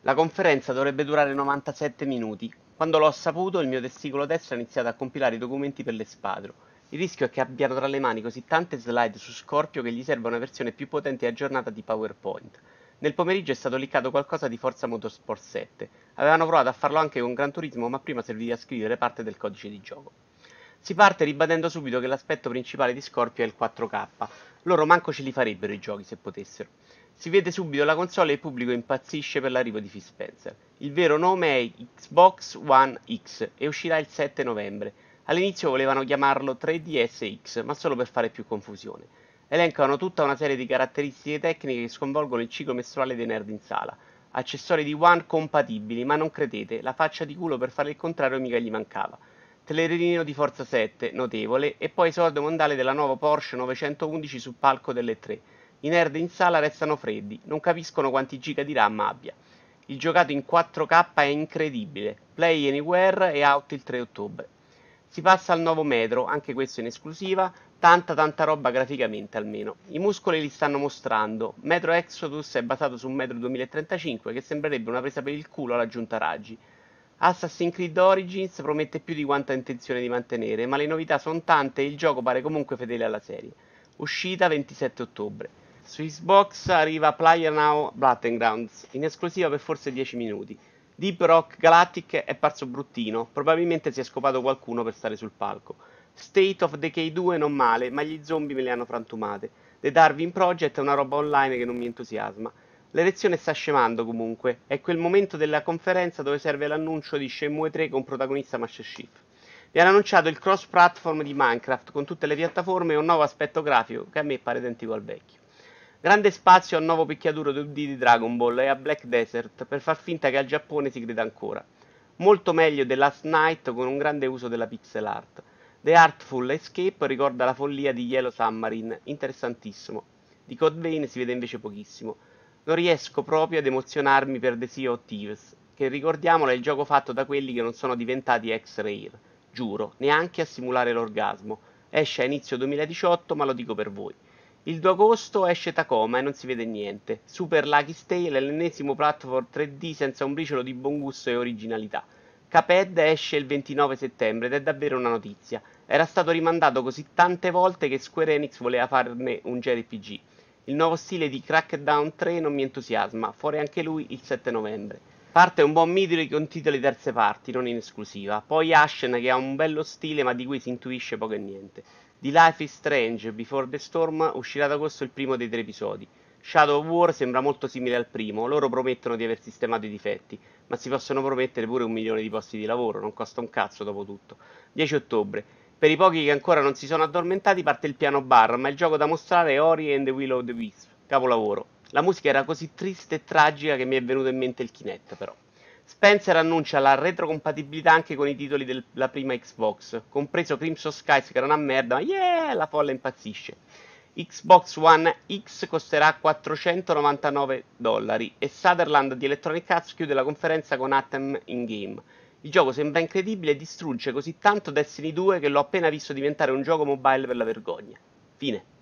La conferenza dovrebbe durare 97 minuti. Quando l'ho saputo, il mio testicolo destro ha iniziato a compilare i documenti per l'espatrio. Il rischio è che abbiano tra le mani così tante slide su Scorpio che gli serva una versione più potente e aggiornata di PowerPoint. Nel pomeriggio è stato liccato qualcosa di Forza Motorsport 7. Avevano provato a farlo anche con Gran Turismo, ma prima serviva a scrivere parte del codice di gioco. Si parte ribadendo subito che l'aspetto principale di Scorpio è il 4K. Loro manco ce li farebbero i giochi se potessero. Si vede subito la console e il pubblico impazzisce per l'arrivo di Phil Spencer. Il vero nome è Xbox One X e uscirà il 7 novembre. All'inizio volevano chiamarlo 3DS X, ma solo per fare più confusione. Elencano tutta una serie di caratteristiche tecniche che sconvolgono il ciclo mestruale dei nerd in sala. Accessori di One compatibili, ma non credete, la faccia di culo per fare il contrario mica gli mancava. Telerino di Forza 7, notevole, e poi esordio mondiale della nuova Porsche 911 sul palco delle 3. I nerd in sala restano freddi, non capiscono quanti giga di RAM abbia. Il giocato in 4K è incredibile, Play Anywhere e out il 3 ottobre. Si passa al nuovo Metro, anche questo in esclusiva, tanta roba graficamente almeno. I muscoli li stanno mostrando, Metro Exodus è basato su Metro 2035 che sembrerebbe una presa per il culo alla giunta Raggi. Assassin's Creed Origins promette più di quanto ha intenzione di mantenere, ma le novità sono tante e il gioco pare comunque fedele alla serie. Uscita 27 ottobre. Su Xbox arriva PlayerUnknown's Battlegrounds, in esclusiva per forse 10 minuti. Deep Rock Galactic è parso bruttino, probabilmente si è scopato qualcuno per stare sul palco. State of Decay 2 non male, ma gli zombie me le hanno frantumate. The Darwin Project è una roba online che non mi entusiasma. L'elezione sta scemando comunque, è quel momento della conferenza dove serve l'annuncio di Shenmue 3 con protagonista Master Chief. Vi hanno annunciato il cross-platform di Minecraft con tutte le piattaforme e un nuovo aspetto grafico che a me pare identico al vecchio. Grande spazio al nuovo picchiaduro 2D di Dragon Ball e a Black Desert per far finta che al Giappone si creda ancora. Molto meglio The Last Night con un grande uso della pixel art. The Artful Escape ricorda la follia di Yellow Submarine, interessantissimo. Di Code Vein si vede invece pochissimo. Non riesco proprio ad emozionarmi per The Sea of Thieves, che ricordiamolo è il gioco fatto da quelli che non sono diventati ex-Rare. Giuro, neanche a simulare l'orgasmo. Esce a inizio 2018, ma lo dico per voi. Il 2 agosto esce Tacoma e non si vede niente. Super Lucky Tale è l'ennesimo platform 3D senza un briciolo di buon gusto e originalità. Cuphead esce il 29 settembre ed è davvero una notizia. Era stato rimandato così tante volte che Square Enix voleva farne un JRPG. Il nuovo stile di Crackdown 3 non mi entusiasma, fuori anche lui il 7 novembre. Parte un buon Midori con titoli terze parti, non in esclusiva. Poi Ashen che ha un bello stile ma di cui si intuisce poco e niente. Di Life is Strange Before the Storm uscirà ad agosto il primo dei 3 episodi. Shadow of War sembra molto simile al primo, loro promettono di aver sistemato i difetti, ma si possono promettere pure 1 milione di posti di lavoro, non costa un cazzo dopo tutto. 10 ottobre. Per i pochi che ancora non si sono addormentati parte il piano bar, ma il gioco da mostrare è Ori and the Will of the Wisp. Capolavoro. La musica era così triste e tragica che mi è venuto in mente il Kinect però. Spencer annuncia la retrocompatibilità anche con i titoli della prima Xbox, compreso Crimson Skies che era una merda, ma yeah, la folla impazzisce. Xbox One X costerà $499 e Sutherland di Electronic Arts chiude la conferenza con Anthem in game. Il gioco sembra incredibile e distrugge così tanto Destiny 2 che l'ho appena visto diventare un gioco mobile per la vergogna. Fine.